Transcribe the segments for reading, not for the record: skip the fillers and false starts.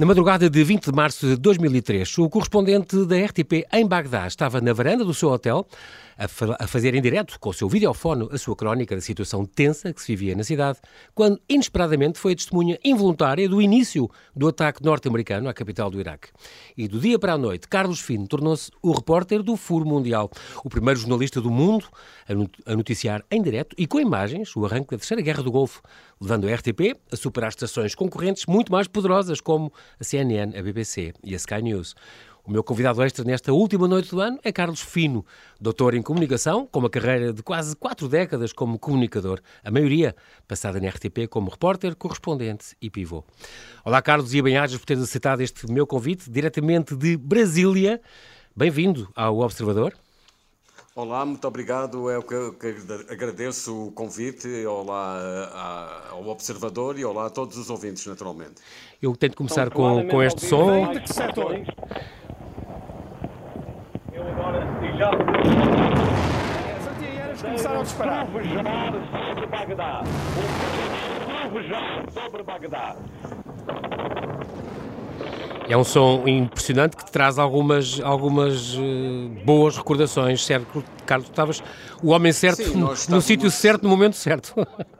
Na madrugada de 20 de março de 2003, o correspondente da RTP em Bagdá estava na varanda do seu hotel a fazer em direto, com o seu videofone, a sua crónica da situação tensa que se vivia na cidade, quando, inesperadamente, foi a testemunha involuntária do início do ataque norte-americano à capital do Iraque. E do dia para a noite, Carlos Fino tornou-se o repórter do Furo Mundial, o primeiro jornalista do mundo a noticiar em direto e com imagens o arranque da Terceira Guerra do Golfo, levando a RTP a superar estações concorrentes muito mais poderosas, como a CNN, a BBC e a Sky News. O meu convidado extra nesta última noite do ano é Carlos Fino, doutor em comunicação, com uma carreira de quase 4 décadas como comunicador, a maioria passada na RTP como repórter, correspondente e pivô. Olá, Carlos, e bem-ajas por teres aceitado este meu convite, diretamente de Brasília. Bem-vindo ao Observador. Olá, muito obrigado. Eu que agradeço o convite. Olá ao Observador e olá a todos os ouvintes, naturalmente. Eu tento começar com este som. Eu agora já começaram a disparar sobre Bagdá. Sobre Bagdá. É um som impressionante que te traz algumas boas recordações, certo? Carlos, tu estavas o homem certo. Sim, no sítio certo, no momento certo.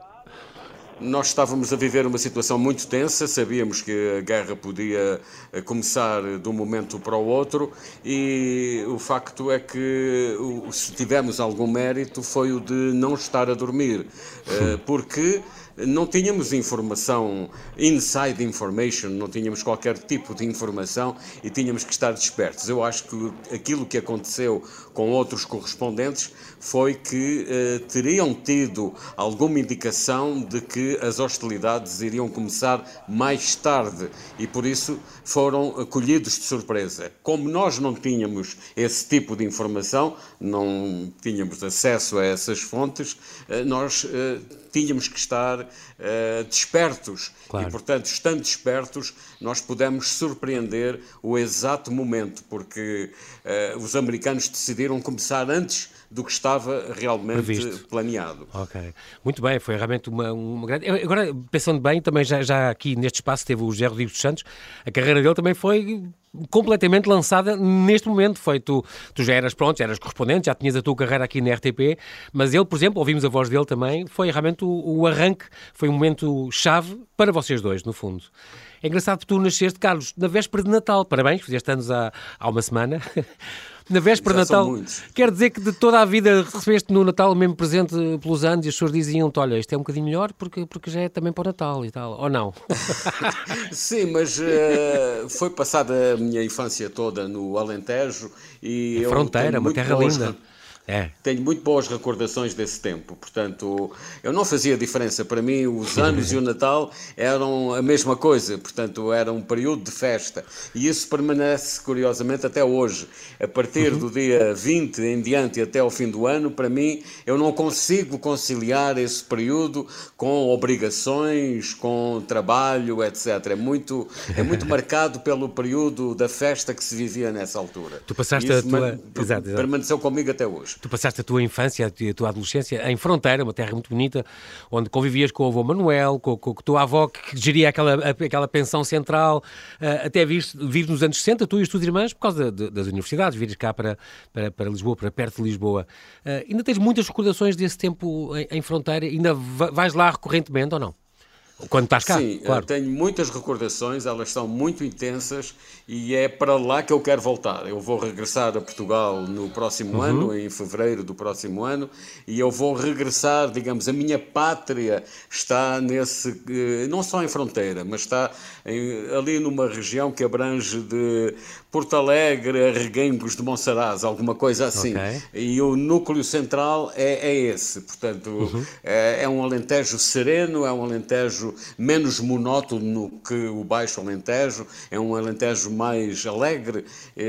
Nós estávamos a viver uma situação muito tensa, sabíamos que a guerra podia começar de um momento para o outro e o facto é que, se tivemos algum mérito, foi o de não estar a dormir, porque não tínhamos informação, inside information, não tínhamos qualquer tipo de informação e tínhamos que estar despertos. Eu acho que aquilo que aconteceu com outros correspondentes foi que teriam tido alguma indicação de que as hostilidades iriam começar mais tarde e por isso foram colhidos de surpresa. Como nós não tínhamos esse tipo de informação, não tínhamos acesso a essas fontes, nós tínhamos que estar despertos. Claro. E, portanto, estando despertos, nós pudemos surpreender o exato momento, porque os americanos decidiram começar antes do que estava realmente planeado. Ok. Muito bem, foi realmente uma grande... Agora, pensando bem, também já aqui neste espaço teve o José Rodrigues dos Santos, a carreira dele também foi completamente lançada neste momento. Tu já eras correspondente, já tinhas a tua carreira aqui na RTP, mas ele, por exemplo, ouvimos a voz dele também, foi realmente o arranque, foi um momento chave para vocês dois, no fundo. É engraçado que tu nasceste, Carlos, na véspera de Natal. Parabéns, fizeste anos há uma semana. Na véspera de Natal, quer dizer que de toda a vida recebeste no Natal o mesmo presente pelos anos e as pessoas diziam-te, olha, isto é um bocadinho melhor porque já é também para o Natal e tal, ou não? Sim, mas foi passada a minha infância toda no Alentejo e a fronteira, uma terra linda. Tenho muito boas recordações desse tempo, portanto, eu não fazia diferença. Para mim, os anos e o Natal eram a mesma coisa, portanto, era um período de festa. E isso permanece, curiosamente, até hoje. A partir do dia 20 em diante até ao fim do ano, para mim, eu não consigo conciliar esse período com obrigações, com trabalho, etc. É muito marcado pelo período da festa que se vivia nessa altura. Tu passaste Exato. Permaneceu comigo até hoje. Tu passaste a tua infância, a tua adolescência em Fronteira, uma terra muito bonita, onde convivias com o avô Manuel, com a tua avó que geria aquela pensão central, até vir nos anos 60, tu e as tuas irmãs, por causa das universidades, vires cá para Lisboa, para perto de Lisboa. Ainda tens muitas recordações desse tempo em Fronteira? Ainda vais lá recorrentemente ou não? Quando estás cá? Sim, claro. Tenho muitas recordações, elas são muito intensas e é para lá que eu quero voltar. Eu vou regressar a Portugal no próximo ano, em fevereiro do próximo ano, e eu vou regressar, digamos, a minha pátria está não só em Fronteira, mas está ali numa região que abrange de Porto Alegre a Reguengos de Monsaraz, alguma coisa assim. Okay. E o núcleo central é esse, portanto, é um Alentejo sereno, é um Alentejo menos monótono que o Baixo Alentejo, é um Alentejo mais alegre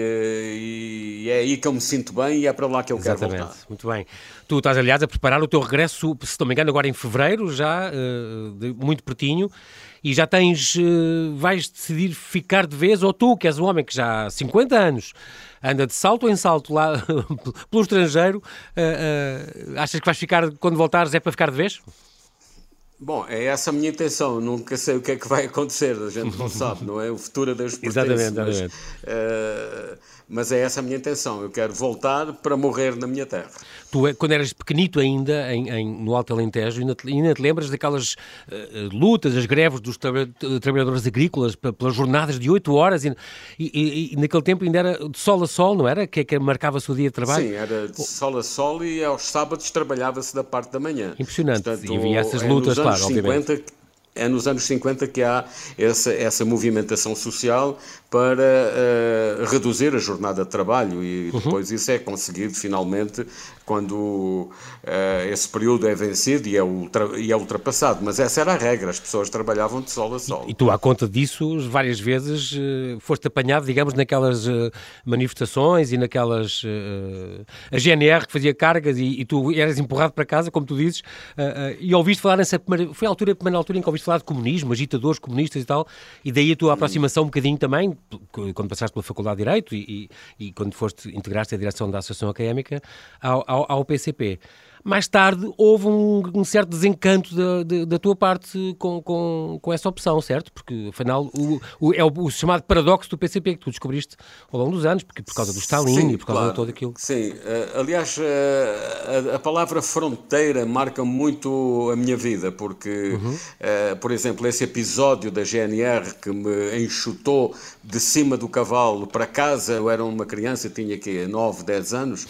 e é aí que eu me sinto bem e é para lá que eu quero voltar. Muito bem. Tu estás, aliás, a preparar o teu regresso, se não me engano, agora em fevereiro, já muito pertinho, e já vais decidir ficar de vez, ou tu, que és um homem que já há 50 anos anda de salto em salto lá pelo estrangeiro, achas que vais ficar, quando voltares, é para ficar de vez? Bom, é essa a minha intenção. Nunca sei o que é que vai acontecer, a gente não sabe, não é? O futuro a Deus Exatamente, pertence, exatamente. mas é essa a minha intenção. Eu quero voltar para morrer na minha terra. Tu, quando eras pequenito ainda, no Alto Alentejo, ainda te lembras daquelas lutas, as greves dos trabalhadores agrícolas pelas jornadas de 8 horas e naquele tempo ainda era de sol a sol, não era? Que marcava-se o dia de trabalho? Sim, era de sol a sol e aos sábados trabalhava-se da parte da manhã. Impressionante. Portanto, E havia essas é lutas, nos anos claro, obviamente. 50, é nos anos 50 que há essa movimentação social para reduzir a jornada de trabalho e depois isso é conseguido finalmente quando esse período é vencido e é ultrapassado. Mas essa era a regra, as pessoas trabalhavam de sol a sol. E tu, à conta disso, várias vezes foste apanhado, digamos, naquelas manifestações e naquelas... a GNR que fazia cargas e tu eras empurrado para casa, como tu dizes, e ouviste falar nessa primeira... Foi a primeira altura em que ouviste falar de comunismo, agitadores comunistas e tal, e daí a tua aproximação um bocadinho também, quando passaste pela Faculdade de Direito e quando integraste a direção da Associação Académica ao PCP. Mais tarde houve um certo desencanto da tua parte com essa opção, certo? Porque, afinal, é o chamado paradoxo do PCP que tu descobriste ao longo dos anos, porque por causa do Stalin Sim, e por causa claro, de todo aquilo. Sim, aliás, a palavra fronteira marca muito a minha vida, porque, por exemplo, esse episódio da GNR que me enxutou de cima do cavalo para casa, eu era uma criança, tinha aqui 9, 10 anos,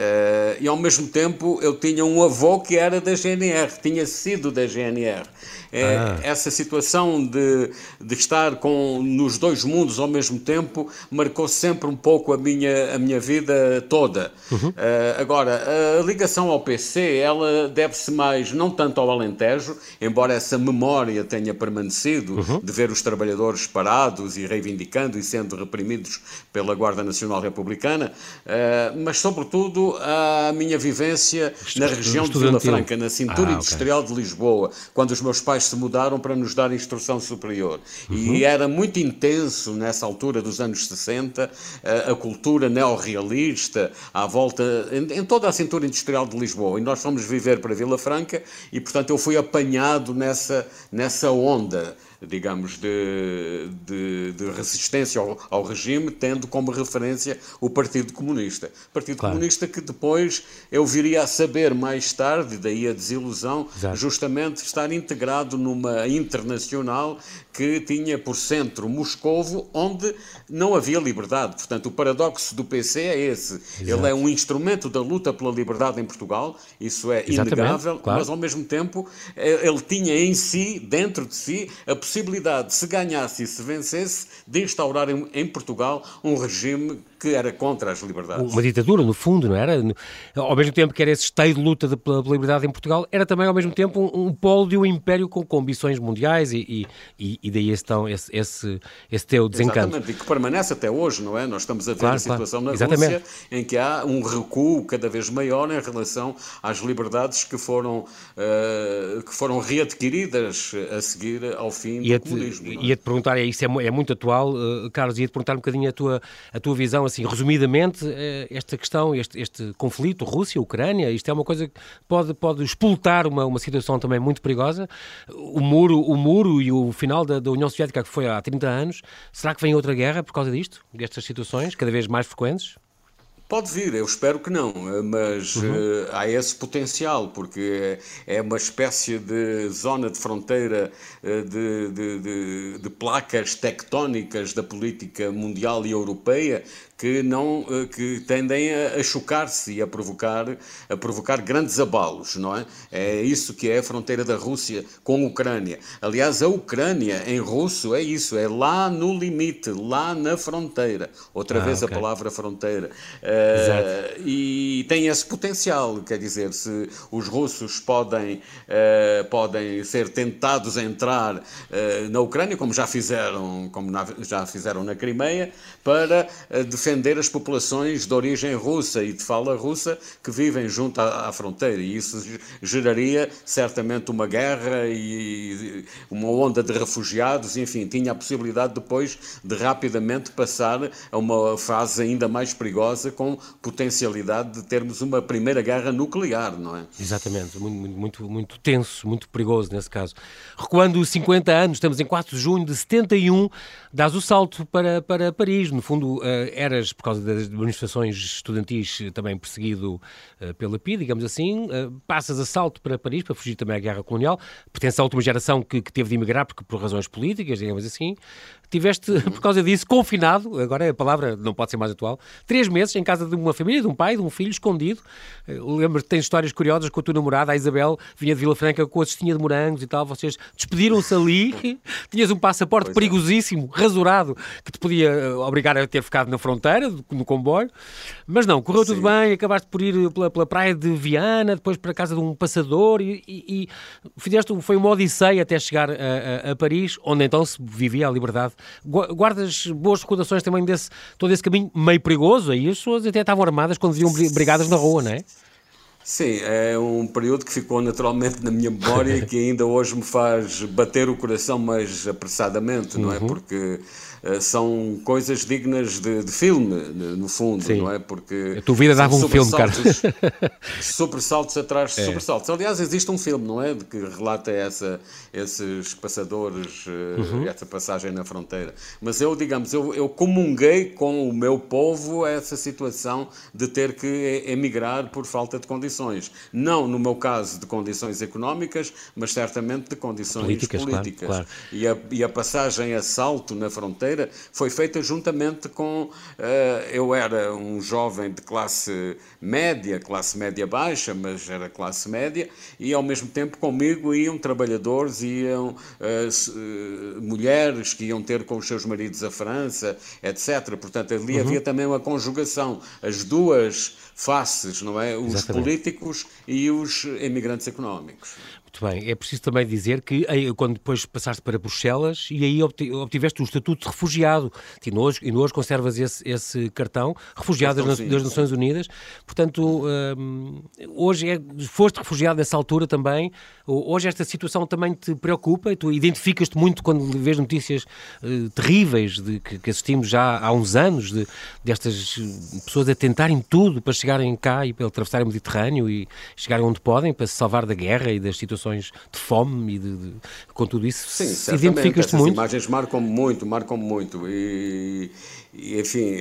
e ao mesmo tempo eu tinha um avô que era da GNR, tinha sido da GNR. Essa situação de estar nos dois mundos ao mesmo tempo marcou sempre um pouco a minha vida toda. Agora, a ligação ao PC, ela deve-se mais, não tanto ao Alentejo, embora essa memória tenha permanecido de ver os trabalhadores parados e reivindicando e sendo reprimidos pela Guarda Nacional Republicana, mas sobretudo a minha vivência na região de Vila Franca, na cintura industrial de Lisboa, quando os meus pais se mudaram para nos dar instrução superior. E era muito intenso, nessa altura dos anos 60, a cultura neorrealista à volta, em toda a cintura industrial de Lisboa. E nós fomos viver para Vila Franca e, portanto, eu fui apanhado nessa onda, digamos, de resistência ao regime, tendo como referência o Partido Comunista. Partido Comunista que depois eu viria a saber mais tarde, daí a desilusão, justamente estar integrado numa internacional que tinha por centro Moscovo, onde não havia liberdade. Portanto, o paradoxo do PC é esse. Ele é um instrumento da luta pela liberdade em Portugal, isso é inegável, mas ao mesmo tempo ele tinha em si, dentro de si, a possibilidade, se ganhasse e se vencesse, de instaurar em Portugal um regime que era contra as liberdades. Uma ditadura, no fundo, não era? Ao mesmo tempo que era esse esteio de luta pela liberdade em Portugal, era também, ao mesmo tempo, um polo de um império com ambições mundiais e daí esse teu desencanto. Exatamente, e que permanece até hoje, não é? Nós estamos a ver a situação na Rússia em que há um recuo cada vez maior em relação às liberdades que foram readquiridas a seguir ao fim do comunismo. Ia-te perguntar, isso é muito atual, Carlos, ia-te perguntar um bocadinho a tua visão, assim, resumidamente, esta questão, este conflito, Rússia-Ucrânia, isto é uma coisa que pode explotar uma situação também muito perigosa. O muro e o final da União Soviética, que foi há 30 anos, será que vem outra guerra por causa disto? Destas situações cada vez mais frequentes? Pode vir, eu espero que não, mas há esse potencial, porque é uma espécie de zona de fronteira de placas tectónicas da política mundial e europeia que tendem a chocar-se e a provocar grandes abalos, não é? É isso que é a fronteira da Rússia com a Ucrânia. Aliás, a Ucrânia, em russo, é isso, é lá no limite, lá na fronteira. Outra vez a palavra fronteira. E tem esse potencial, quer dizer, se os russos podem ser tentados a entrar na Ucrânia, como já fizeram na Crimeia, para defender as populações de origem russa e de fala russa que vivem junto à fronteira. E isso geraria certamente uma guerra e uma onda de refugiados, enfim, tinha a possibilidade depois de rapidamente passar a uma fase ainda mais perigosa com potencialidade de ter termos uma primeira guerra nuclear, não é? Exatamente, muito tenso, muito perigoso nesse caso. Recuando 50 anos, estamos em 4 de junho de 71, dás o salto para Paris. No fundo, eras, por causa das manifestações estudantis, também perseguido pela PI, digamos assim. Passas a salto para Paris, para fugir também à guerra colonial. Pertence à última geração que teve de emigrar por razões políticas, digamos assim. Tiveste, por causa disso, confinado, agora a palavra não pode ser mais atual, 3 meses em casa de uma família, de um pai, de um filho, escondido. Lembro-te que tens histórias curiosas com a tua namorada, a Isabel, vinha de Vila Franca com a cestinha de morangos e tal, vocês despediram-se ali, tinhas um passaporte perigosíssimo, rasurado, que te podia obrigar a ter ficado na fronteira, no comboio, mas não, correu tudo bem, acabaste por ir pela praia de Viana, depois para a casa de um passador e foi uma odisseia até chegar a Paris, onde então se vivia a liberdade. Guardas boas recordações também todo esse caminho meio perigoso, aí as pessoas até estavam armadas quando viam brigadas na rua, não é? Sim, é um período que ficou naturalmente na minha memória e que ainda hoje me faz bater o coração mais apressadamente, não é? Porque são coisas dignas de filme, no fundo, Sim. não é? Porque a tua vida dava um filme, cara. Sobressaltos atrás de sobressaltos. Aliás, existe um filme, não é? De que relata esses passadores, essa passagem na fronteira. Mas eu comunguei com o meu povo essa situação de ter que emigrar por falta de condições. Não, no meu caso, de condições económicas, mas certamente de condições políticas. Claro. E a passagem a salto na fronteira foi feita juntamente com... eu era um jovem de classe média baixa, mas era classe média, e ao mesmo tempo comigo iam trabalhadores, iam mulheres que iam ter com os seus maridos a França, etc. Portanto, ali havia também uma conjugação, as duas faces, não é? Os políticos e os emigrantes económicos. Muito bem, é preciso também dizer que quando depois passaste para Bruxelas e aí obtiveste o estatuto de refugiado, e hoje conservas esse cartão, refugiado das Nações Unidas, portanto, hoje foste refugiado nessa altura também, hoje esta situação também te preocupa e tu identificas-te muito quando vês notícias terríveis que assistimos já há uns anos, destas pessoas a tentarem tudo para chegarem cá e para atravessarem o Mediterrâneo e chegarem onde podem para se salvar da guerra e das situações de fome e com tudo isso. Sim, identificas-te muito. Essas imagens marcam muito e enfim,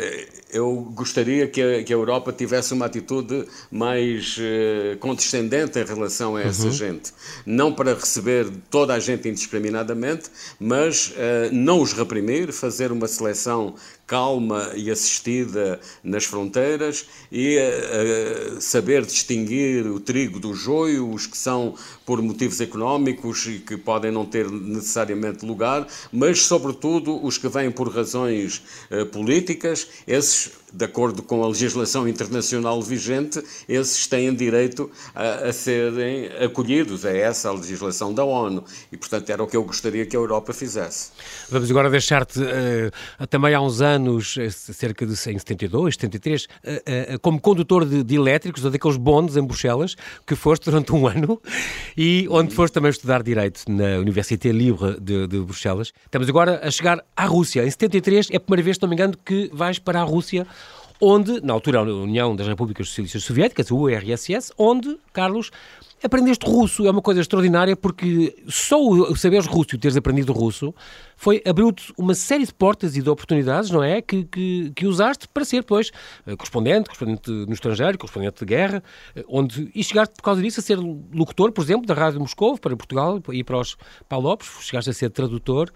eu gostaria que a Europa tivesse uma atitude mais condescendente em relação a essa gente. Não para receber toda a gente indiscriminadamente, mas não os reprimir, fazer uma seleção calma e assistida nas fronteiras e saber distinguir o trigo do joio, os que são por motivos económicos e que podem não ter necessariamente lugar, mas sobretudo os que vêm por razões políticas, esses, de acordo com a legislação internacional vigente, esses têm direito a serem acolhidos. É essa a legislação da ONU e, portanto, era o que eu gostaria que a Europa fizesse. Vamos agora deixar-te também há uns anos, cerca de em 72, 73, como condutor de elétricos, ou daqueles bondes em Bruxelas, que foste durante um ano e onde foste também estudar Direito na Université Libre de Bruxelas. Estamos agora a chegar à Rússia. Em 73 é a primeira vez, se não me engano, que vais para a Rússia, onde, na altura, a União das Repúblicas Socialistas Soviéticas, a URSS, onde, Carlos, aprendeste russo. É uma coisa extraordinária porque só o saberes russo e o teres aprendido russo abriu-te uma série de portas e de oportunidades, não é? Que usaste para ser depois correspondente no estrangeiro, correspondente de guerra, e chegaste por causa disso a ser locutor, por exemplo, da Rádio Moscou para Portugal e para os Palopes, chegaste a ser tradutor,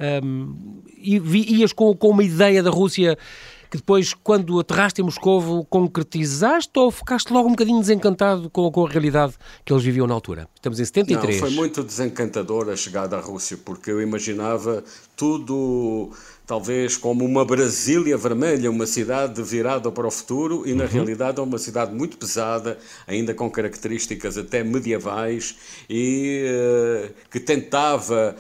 e ias com uma ideia da Rússia que depois, quando aterraste em Moscovo, concretizaste ou ficaste logo um bocadinho desencantado com a realidade que eles viviam na altura? Estamos em 73. Não, foi muito desencantador a chegada à Rússia, porque eu imaginava tudo talvez como uma Brasília vermelha, uma cidade virada para o futuro e, na realidade, é uma cidade muito pesada, ainda com características até medievais e que tentava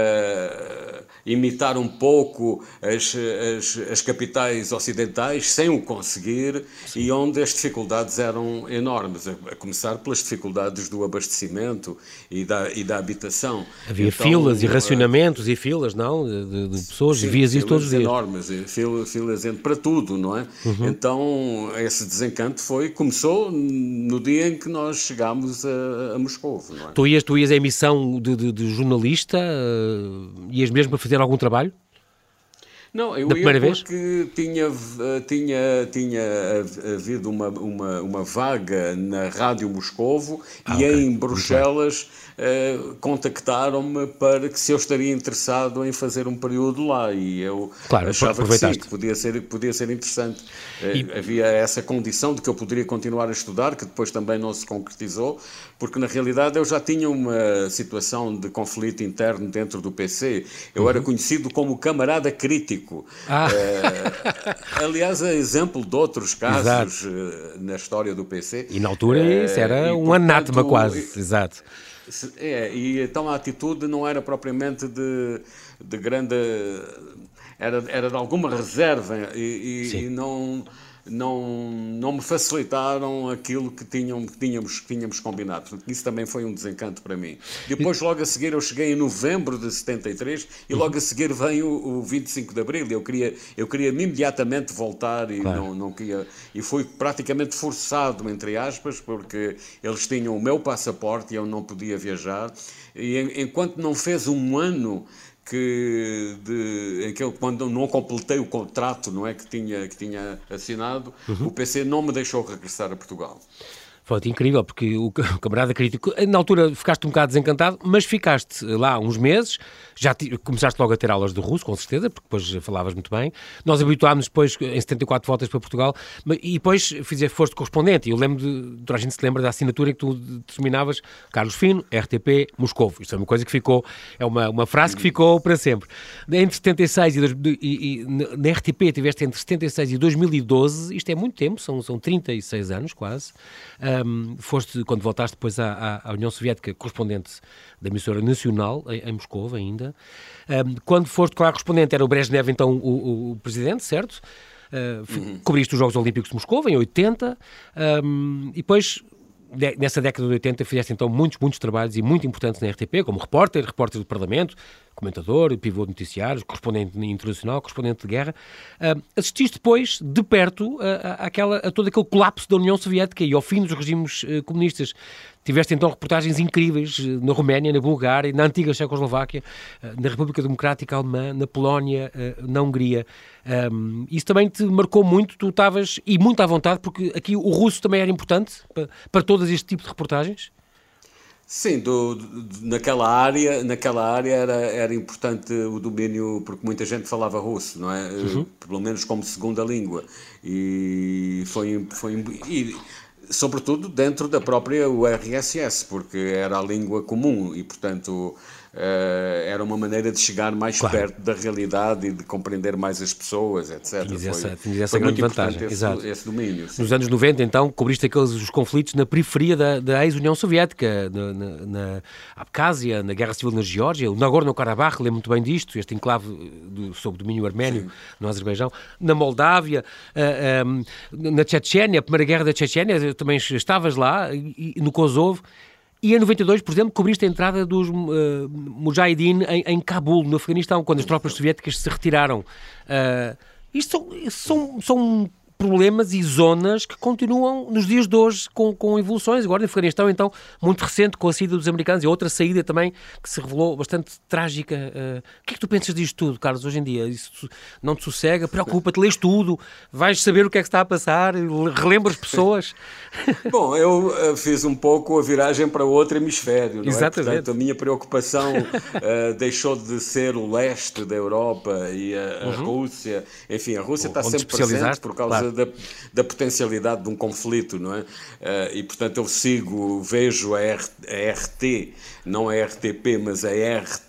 imitar um pouco as capitais ocidentais, sem o conseguir, e onde as dificuldades eram enormes, a começar pelas dificuldades do abastecimento e da habitação. Havia filas e racionamentos e filas, não? De pessoas, vias vias isso todos os dias. Enormes, filas para tudo, não é? Então, esse desencanto começou no dia em que nós chegámos a Moscovo, não é? Tu ias à emissão de jornalista? Ias mesmo a fazer algum trabalho? Não, eu da ia primeira porque tinha havido uma vaga na Rádio Moscovo e em Bruxelas contactaram-me para que se eu estaria interessado em fazer um período lá e eu achava que sim, que podia ser interessante. Havia essa condição de que eu poderia continuar a estudar, que depois também não se concretizou, porque na realidade eu já tinha uma situação de conflito interno dentro do PC. Eu era conhecido como camarada crítico. Aliás, é exemplo de outros casos na história do PC. E na altura isso era um anátema quase, exato. E então a atitude não era propriamente de grande... Era de alguma reserva e não me facilitaram aquilo que tínhamos combinado. Portanto, isso também foi um desencanto para mim. Depois, logo a seguir, eu cheguei em novembro de 73 e logo a seguir vem o 25 de Abril. Eu queria imediatamente voltar e não queria... E fui praticamente forçado, entre aspas, porque eles tinham o meu passaporte e eu não podia viajar. E enquanto não fez um ano... quando não completei o contrato, não é, que tinha assinado, o PC não me deixou regressar a Portugal. Foi incrível, porque o camarada crítico, na altura ficaste um bocado desencantado, mas ficaste lá uns meses, começaste logo a ter aulas de russo, com certeza, porque depois falavas muito bem. Nós habituámos depois, em 74 voltas para Portugal, e depois foste correspondente, e eu lembro toda a gente se lembra da assinatura em que tu determinavas Carlos Fino, RTP, Moscovo. Isto é uma coisa que ficou, é uma frase que ficou para sempre. Entre 76 e na RTP tiveste entre 76 e 2012, isto é muito tempo, são 36 anos quase. Foste, quando voltaste depois à União Soviética, correspondente da emissora nacional, em Moscovo ainda. Quando foste, claro, correspondente, era o Brezhnev, então, o presidente, certo? Cobriste os Jogos Olímpicos de Moscovo, em 80, e depois... Nessa década de 80 fizeste então muitos trabalhos e muito importantes na RTP, como repórter do Parlamento, comentador, pivô de noticiários, correspondente internacional, correspondente de guerra. Assististe depois, de perto, a todo aquele colapso da União Soviética e ao fim dos regimes comunistas. Tiveste então reportagens incríveis na Roménia, na Bulgária, na antiga Checoslováquia, na República Democrática Alemã, na Polónia, na Hungria. Isso também te marcou muito, tu estavas, e muito à vontade, porque aqui o russo também era importante para todos este tipo de reportagens? Sim, naquela área era importante o domínio, porque muita gente falava russo, não é? Pelo menos como segunda língua. E sobretudo dentro da própria URSS, porque era a língua comum e, portanto, era uma maneira de chegar mais perto da realidade e de compreender mais as pessoas, etc. Tinha essa grande vantagem. Esse domínio. Sim. Nos anos 90, então, cobriste os conflitos na periferia da ex-União Soviética, na Abcásia, na Guerra Civil na Geórgia, o Nagorno-Karabakh, lembro muito bem disto, este enclave sob domínio arménio no Azerbaijão, na Moldávia, na Chechênia, a Primeira Guerra da Chechênia, também estavas lá, e no Kosovo. E em 92, por exemplo, cobriste a entrada dos Mujahideen em Cabul, no Afeganistão, quando as tropas soviéticas se retiraram. Isto são problemas e zonas que continuam nos dias de hoje com evoluções. Agora, no Afeganistão, então, muito recente, com a saída dos americanos, e outra saída também que se revelou bastante trágica. O que é que tu pensas disto tudo, Carlos, hoje em dia? Isso não te sossega? Preocupa-te? Lês tudo? Vais saber o que é que está a passar? Relembras pessoas? Bom, eu fiz um pouco a viragem para o outro hemisfério, não é? Exatamente. Portanto, a minha preocupação deixou de ser o leste da Europa e a Rússia. Enfim, a Rússia está sempre presente por causa da potencialidade de um conflito, não é? E, portanto, eu vejo a RT, não a RTP, mas a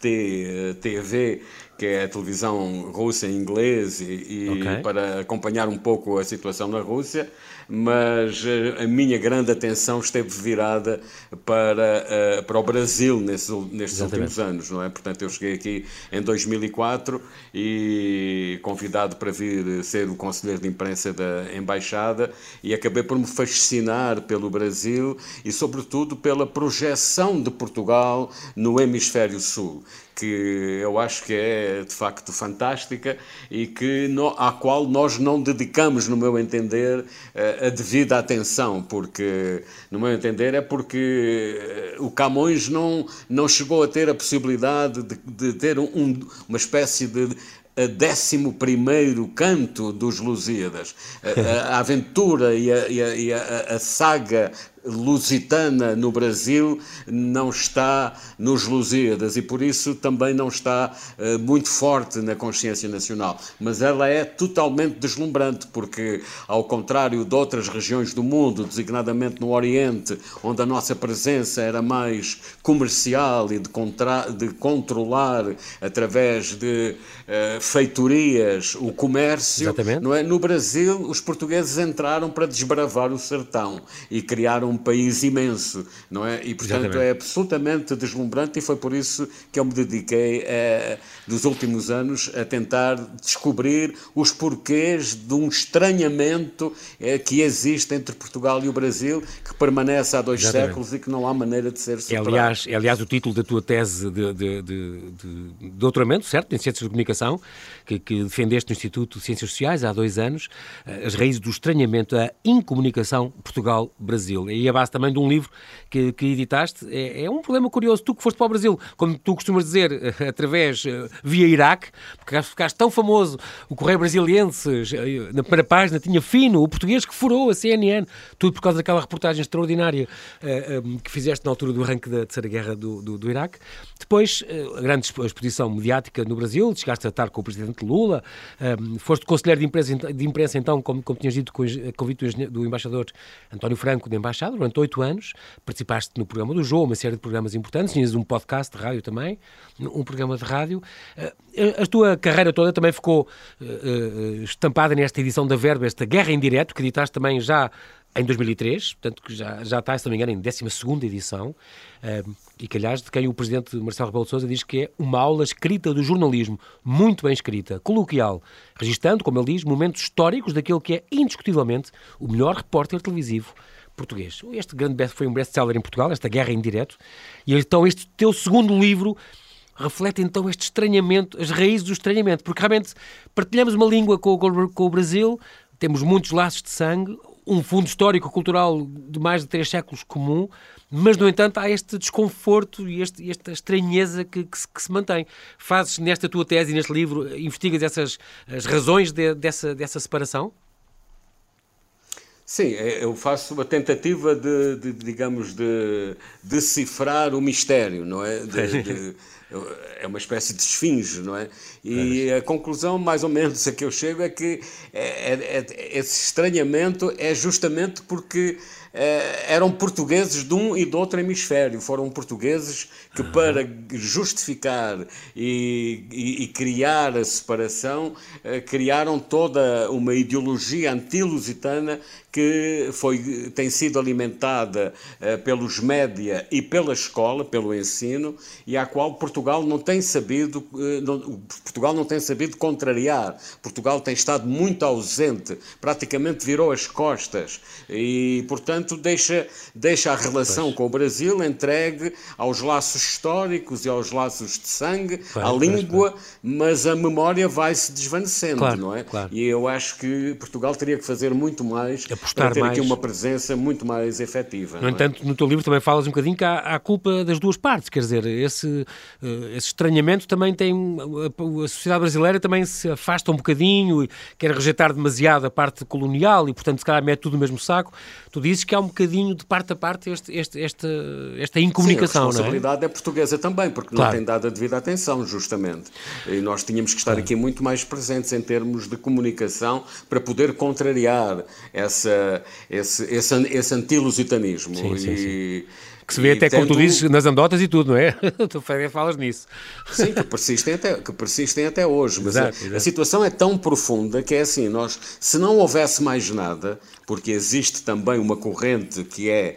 RT-TV, que é a televisão russa em inglês, para acompanhar um pouco a situação na Rússia. mas a minha grande atenção esteve virada para o Brasil nestes últimos anos, não é? Portanto, eu cheguei aqui em 2004 e convidado para vir ser o conselheiro de imprensa da Embaixada, e acabei por me fascinar pelo Brasil e, sobretudo, pela projeção de Portugal no Hemisfério Sul, que eu acho que é de facto fantástica e à qual nós não dedicamos, no meu entender, a devida atenção, porque, no meu entender, é porque o Camões não chegou a ter a possibilidade de ter uma espécie de 11º canto dos Lusíadas. A aventura e a saga lusitana no Brasil não está nos Lusíadas e por isso também não está muito forte na consciência nacional, mas ela é totalmente deslumbrante, porque ao contrário de outras regiões do mundo, designadamente no Oriente, onde a nossa presença era mais comercial e de controlar através de feitorias o comércio, não é? No Brasil os portugueses entraram para desbravar o sertão e criaram um país imenso, não é? E, portanto, é absolutamente deslumbrante, e foi por isso que eu me dediquei, dos últimos anos, a tentar descobrir os porquês de um estranhamento que existe entre Portugal e o Brasil, que permanece há 2 séculos e que não há maneira de ser superado. Aliás, o título da tua tese de doutoramento, certo? Em Ciências de Comunicação, que defendeste no Instituto de Ciências Sociais há 2 anos, as raízes do estranhamento, a incomunicação Portugal-Brasil. E a base também de um livro que editaste. É um problema curioso. Tu que foste para o Brasil, como tu costumas dizer, via Iraque, porque ficaste tão famoso, o Correio Brasiliense, na primeira página, tinha Fino, o português que furou a CNN, tudo por causa daquela reportagem extraordinária que fizeste na altura do arranque da Terceira Guerra do Iraque. Depois, a grande exposição mediática no Brasil, chegaste a estar com o presidente Lula, foste conselheiro de imprensa então, como tinhas dito, com a convite do embaixador António Franco, da Embaixada, durante 8 anos, participaste no programa do Jô, uma série de programas importantes, tinhas um podcast de rádio também, um programa de rádio. A tua carreira toda também ficou estampada nesta edição da Verbo, esta Guerra em Direto, que editaste também já em 2003, portanto que já está, se não me engano, em 12ª edição, e que, aliás, de quem o presidente Marcelo Rebelo de Sousa diz que é uma aula escrita do jornalismo, muito bem escrita, coloquial, registando, como ele diz, momentos históricos daquele que é, indiscutivelmente, o melhor repórter televisivo português. Este foi um best-seller em Portugal, esta Guerra em Direto, e então este teu segundo livro reflete então este estranhamento, as raízes do estranhamento, porque realmente partilhamos uma língua com o Brasil, temos muitos laços de sangue, um fundo histórico-cultural de mais de 3 séculos comum, mas, no entanto, há este desconforto e esta estranheza que se mantém. Fazes, nesta tua tese e neste livro, investigas as razões dessa separação? Sim, eu faço uma tentativa digamos, de decifrar o mistério, não é? É uma espécie de esfinge, não é? E a conclusão, mais ou menos, a que eu chego é que esse estranhamento é justamente porque eram portugueses de um e do outro hemisfério. Foram portugueses que, para justificar e criar a separação, criaram toda uma ideologia anti-lusitana que tem sido alimentada pelos média e pela escola, pelo ensino, e à qual Portugal não tem sabido contrariar. Portugal tem estado muito ausente, praticamente virou as costas e, portanto, deixa a relação com o Brasil entregue aos laços históricos e aos laços de sangue, à língua, mas a memória vai-se desvanecendo, não é? Claro. E eu acho que Portugal teria que fazer muito mais para ter aqui uma presença muito mais efetiva. No entanto, no teu livro também falas um bocadinho que há culpa das duas partes, quer dizer, esse estranhamento também tem... A sociedade brasileira também se afasta um bocadinho e quer rejeitar demasiado a parte colonial e, portanto, se calhar mete tudo no mesmo saco. Tu dizes que há um bocadinho de parte a parte esta incomunicação, não é? Sim, a responsabilidade é portuguesa também, porque não tem dado a devida atenção, justamente. E nós tínhamos que estar aqui muito mais presentes em termos de comunicação para poder contrariar esse antilusitanismo. Sim. Que se vê até, como tu dizes, nas anedotas e tudo, não é? Tu falas nisso. Sim, que persistem até hoje. Mas exato. A situação é tão profunda que é assim, se não houvesse mais nada, porque existe também uma corrente que é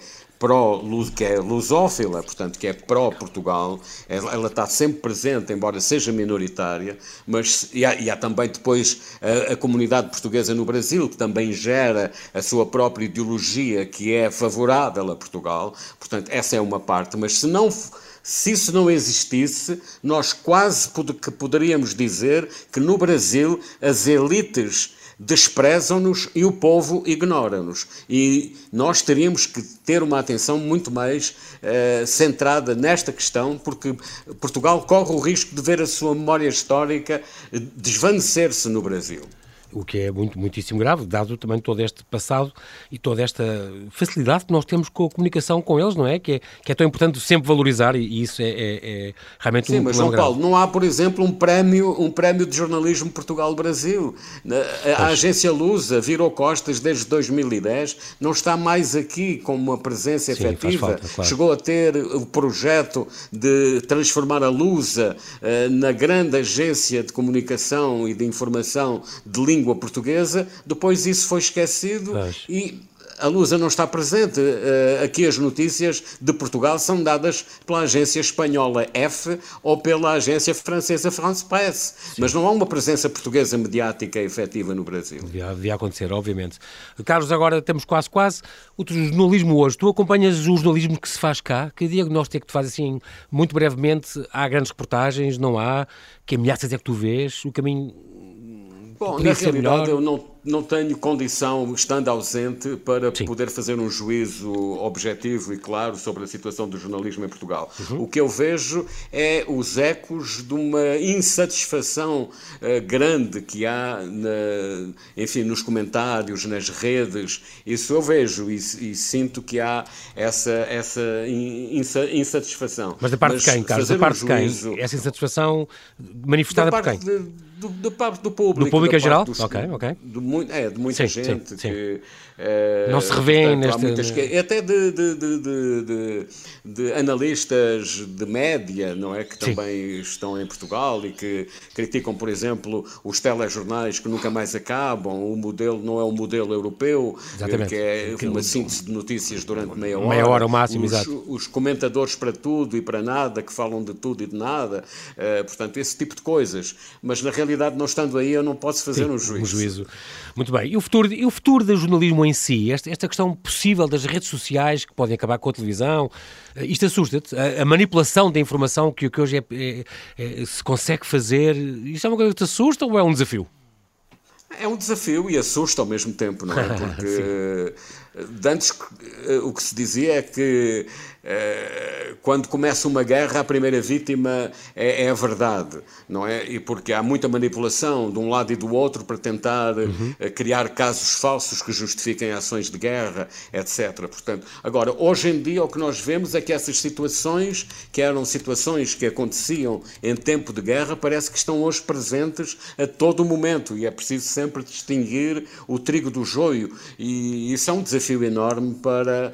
lusófila, portanto, que é pró-Portugal, ela está sempre presente, embora seja minoritária, mas há também depois a comunidade portuguesa no Brasil, que também gera a sua própria ideologia, que é favorável a Portugal, portanto, essa é uma parte, mas se isso não existisse, nós quase que poderíamos dizer que no Brasil as elites desprezam-nos e o povo ignora-nos. E nós teríamos que ter uma atenção muito mais centrada nesta questão, porque Portugal corre o risco de ver a sua memória histórica desvanecer-se no Brasil. O que é muitíssimo grave, dado também todo este passado e toda esta facilidade que nós temos com a comunicação com eles, não é? Que é tão importante sempre valorizar e isso é realmente Sim, um mas problema João Paulo, grave. não há, por exemplo, um prémio de jornalismo Portugal-Brasil. A agência Lusa virou costas desde 2010, não está mais aqui com uma presença efetiva. Faz falta, claro. Chegou a ter o projeto de transformar a Lusa na grande agência de comunicação e de informação de língua portuguesa, depois isso foi esquecido e a Lusa não está presente. Aqui as notícias de Portugal são dadas pela agência espanhola F ou pela agência francesa France Presse, mas não há uma presença portuguesa mediática efetiva no Brasil. Devia acontecer, obviamente. Carlos, agora temos quase o jornalismo hoje. Tu acompanhas o jornalismo que se faz cá? Que diagnóstico é que tu fazes assim, muito brevemente? Há grandes reportagens, não há? Que ameaças é que tu vês? O caminho... Bom, na realidade eu não tenho condição, estando ausente, para poder fazer um juízo objetivo e claro sobre a situação do jornalismo em Portugal. O que eu vejo é os ecos de uma insatisfação grande que há, enfim, nos comentários, nas redes. Isso eu vejo e sinto que há essa insatisfação. Mas da parte de quem, Carlos? Da parte de quem? Essa insatisfação manifestada por quem? Da parte do público. Do público em geral? Ok. De muita gente sim. que... não se revêem nesta... Até de analistas de média, não é? Que também estão em Portugal e que criticam, por exemplo, os telejornais que nunca mais acabam, o modelo não é o modelo europeu, que é uma síntese de notícias durante meia hora. Meia hora ao máximo, exato. Os comentadores para tudo e para nada, que falam de tudo e de nada, portanto, esse tipo de coisas. Mas, na realidade, não estando aí, eu não posso fazer um juízo. Muito bem. E o futuro do jornalismo em si? Esta questão possível das redes sociais que podem acabar com a televisão, isto assusta-te? A manipulação da informação que hoje se consegue fazer, isto é uma coisa que te assusta ou é um desafio? É um desafio e assusta ao mesmo tempo, não é? Porque antes o que se dizia é que quando começa uma guerra a primeira vítima é a verdade, não é? E porque há muita manipulação de um lado e do outro para tentar criar casos falsos que justifiquem ações de guerra, etc. Portanto, agora, hoje em dia o que nós vemos é que essas situações, que eram situações que aconteciam em tempo de guerra, parece que estão hoje presentes a todo o momento e é preciso sempre distinguir o trigo do joio e isso é um desafio enorme para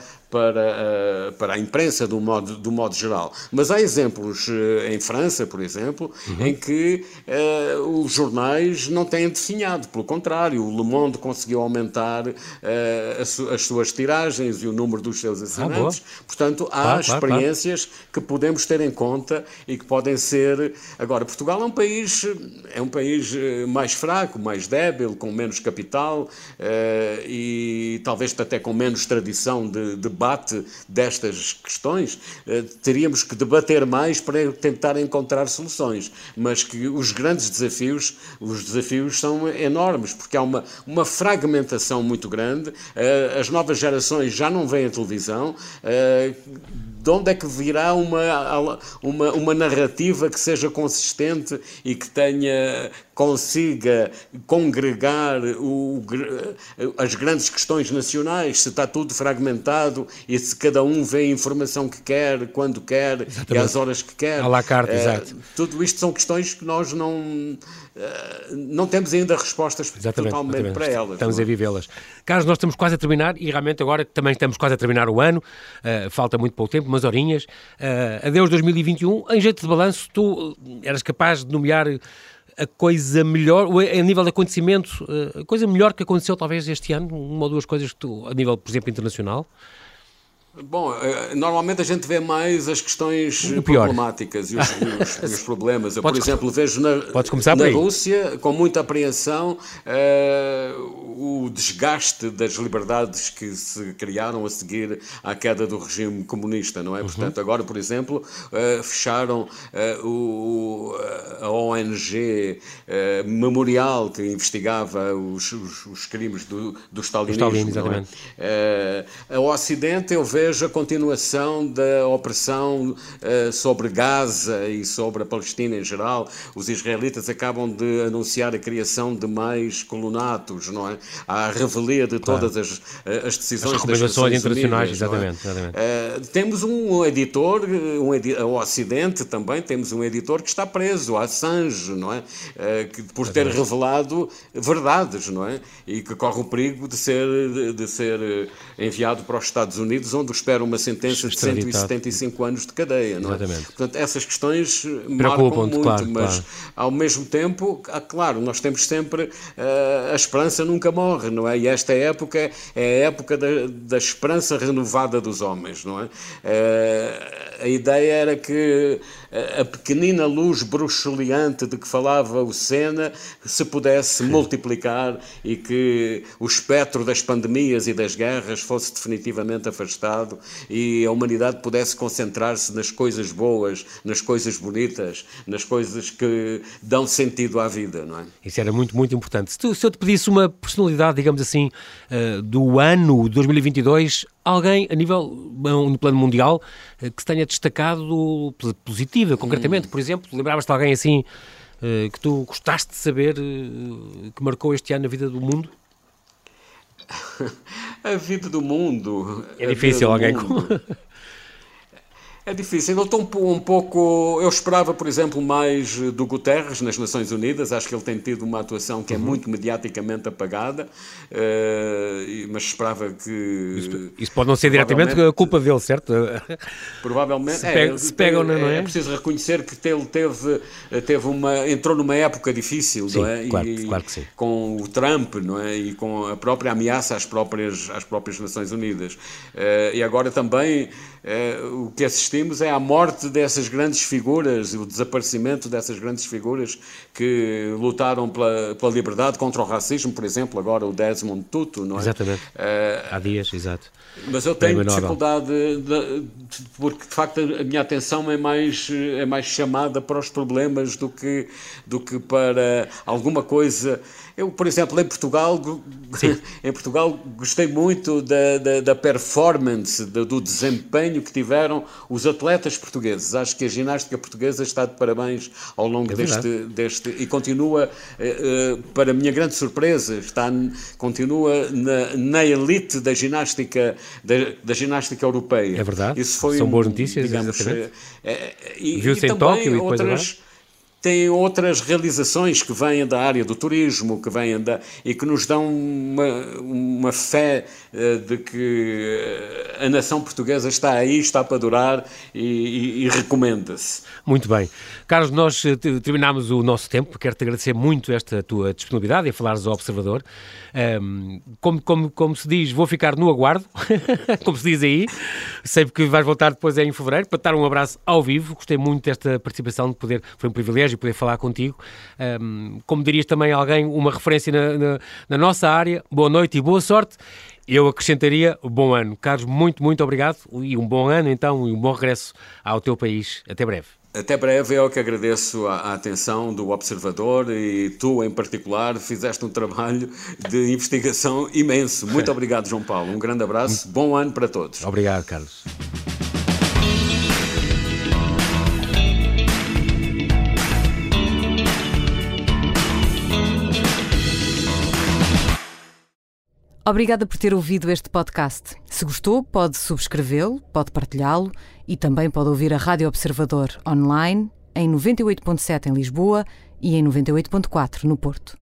a imprensa do modo geral. Mas há exemplos em França, por exemplo, em que os jornais não têm definhado. Pelo contrário, o Le Monde conseguiu aumentar as suas tiragens e o número dos seus assinantes. Portanto, há experiências que podemos ter em conta e que podem ser... Agora, Portugal é um país mais fraco, mais débil, com menos capital e talvez até com menos tradição de debate destas questões, teríamos que debater mais para tentar encontrar soluções, mas que os desafios são enormes, porque há uma fragmentação muito grande, as novas gerações já não veem a televisão, de onde é que virá uma narrativa que seja consistente e que consiga congregar as grandes questões nacionais, se está tudo fragmentado e se cada um vê a informação que quer, quando quer, exatamente, e às horas que quer. À la carte, exato. Tudo isto são questões que nós não temos ainda respostas totalmente para elas. Estamos a vivê-las. Carlos, nós estamos quase a terminar e realmente agora também estamos quase a terminar o ano, falta muito pouco tempo, umas horinhas. Adeus 2021, em jeito de balanço, tu eras capaz de nomear a coisa melhor, a nível de acontecimento, a coisa melhor que aconteceu talvez este ano, uma ou duas coisas que tu, a nível, por exemplo, internacional? Bom, normalmente a gente vê mais as questões problemáticas e os problemas. Eu, por exemplo, vejo na Rússia, com muita apreensão, o desgaste das liberdades que se criaram a seguir à queda do regime comunista, não é? Portanto, agora, por exemplo, fecharam a ONG Memorial, que investigava os crimes do stalinismo. Exatamente. A Ocidente, eu vejo a continuação da opressão sobre Gaza e sobre a Palestina em geral. Os israelitas acabam de anunciar a criação de mais colonatos, não é? Há a revelia de todas as decisões das recomendações internacionais, Unidas, exatamente. Temos um editor, ao Ocidente também, temos um editor que está preso, Assange, não é? Por ter revelado verdades, não é? E que corre o perigo de ser enviado para os Estados Unidos, onde espera uma sentença de 175 anos de cadeia, não é? Exatamente. Portanto, essas questões marcam muito, claro, mas ao mesmo tempo, claro, nós temos sempre a esperança nunca morre, não é? E esta época é a época da esperança renovada dos homens, não é? A ideia era que a pequenina luz bruxuleante de que falava o Senna se pudesse multiplicar e que o espectro das pandemias e das guerras fosse definitivamente afastado e a humanidade pudesse concentrar-se nas coisas boas, nas coisas bonitas, nas coisas que dão sentido à vida, não é? Isso era muito, muito importante. Se eu te pedisse uma personalidade, digamos assim, do ano 2022, alguém a nível, no plano mundial, que se tenha destacado positiva, concretamente, por exemplo, lembravas-te de alguém assim que tu gostaste de saber que marcou este ano a vida do mundo? A vida do mundo... É difícil alguém com... É difícil. Eu estou um pouco... Eu esperava, por exemplo, mais do Guterres nas Nações Unidas. Acho que ele tem tido uma atuação que é muito mediaticamente apagada, mas esperava que... Isso pode não ser diretamente a culpa dele, certo? Provavelmente. Se pegam, não é? É preciso reconhecer que ele entrou numa época difícil, sim, não é? Claro que sim. Com o Trump, não é? E com a própria ameaça às próprias Nações Unidas. E agora também o que assistimos é a morte dessas grandes figuras, o desaparecimento dessas grandes figuras que lutaram pela liberdade, contra o racismo, por exemplo, agora o Desmond Tutu, não é? Exatamente. Há dias, exato. Mas eu tenho dificuldade, porque de facto a minha atenção é mais chamada para os problemas do que para alguma coisa. Eu, por exemplo, em Portugal gostei muito da performance, do desempenho que tiveram os atletas portugueses. Acho que a ginástica portuguesa está de parabéns ao longo deste e continua, para a minha grande surpresa, continua na elite da ginástica europeia. É verdade. Isso foi São boas notícias, digamos, viu-se em Tóquio e depois tem outras realizações que vêm da área do turismo, e que nos dão uma fé de que a nação portuguesa está aí, está para durar e recomenda-se. Muito bem. Carlos, nós terminámos o nosso tempo. Quero-te agradecer muito esta tua disponibilidade em falares ao Observador. Como se diz, vou ficar no aguardo, como se diz aí. Sei que vais voltar depois em fevereiro para te dar um abraço ao vivo. Gostei muito desta participação, foi um privilégio poder falar contigo. Como dirias também alguém, uma referência na nossa área, boa noite e boa sorte. Eu acrescentaria bom ano. Carlos, muito, muito obrigado e um bom ano então e um bom regresso ao teu país. Até breve. Até breve. Eu que agradeço a atenção do Observador e tu em particular fizeste um trabalho de investigação imenso. Muito obrigado, João Paulo. Um grande abraço. Bom ano para todos. Obrigado, Carlos. Obrigada por ter ouvido este podcast. Se gostou, pode subscrevê-lo, pode partilhá-lo e também pode ouvir a Rádio Observador online em 98.7 em Lisboa e em 98.4 no Porto.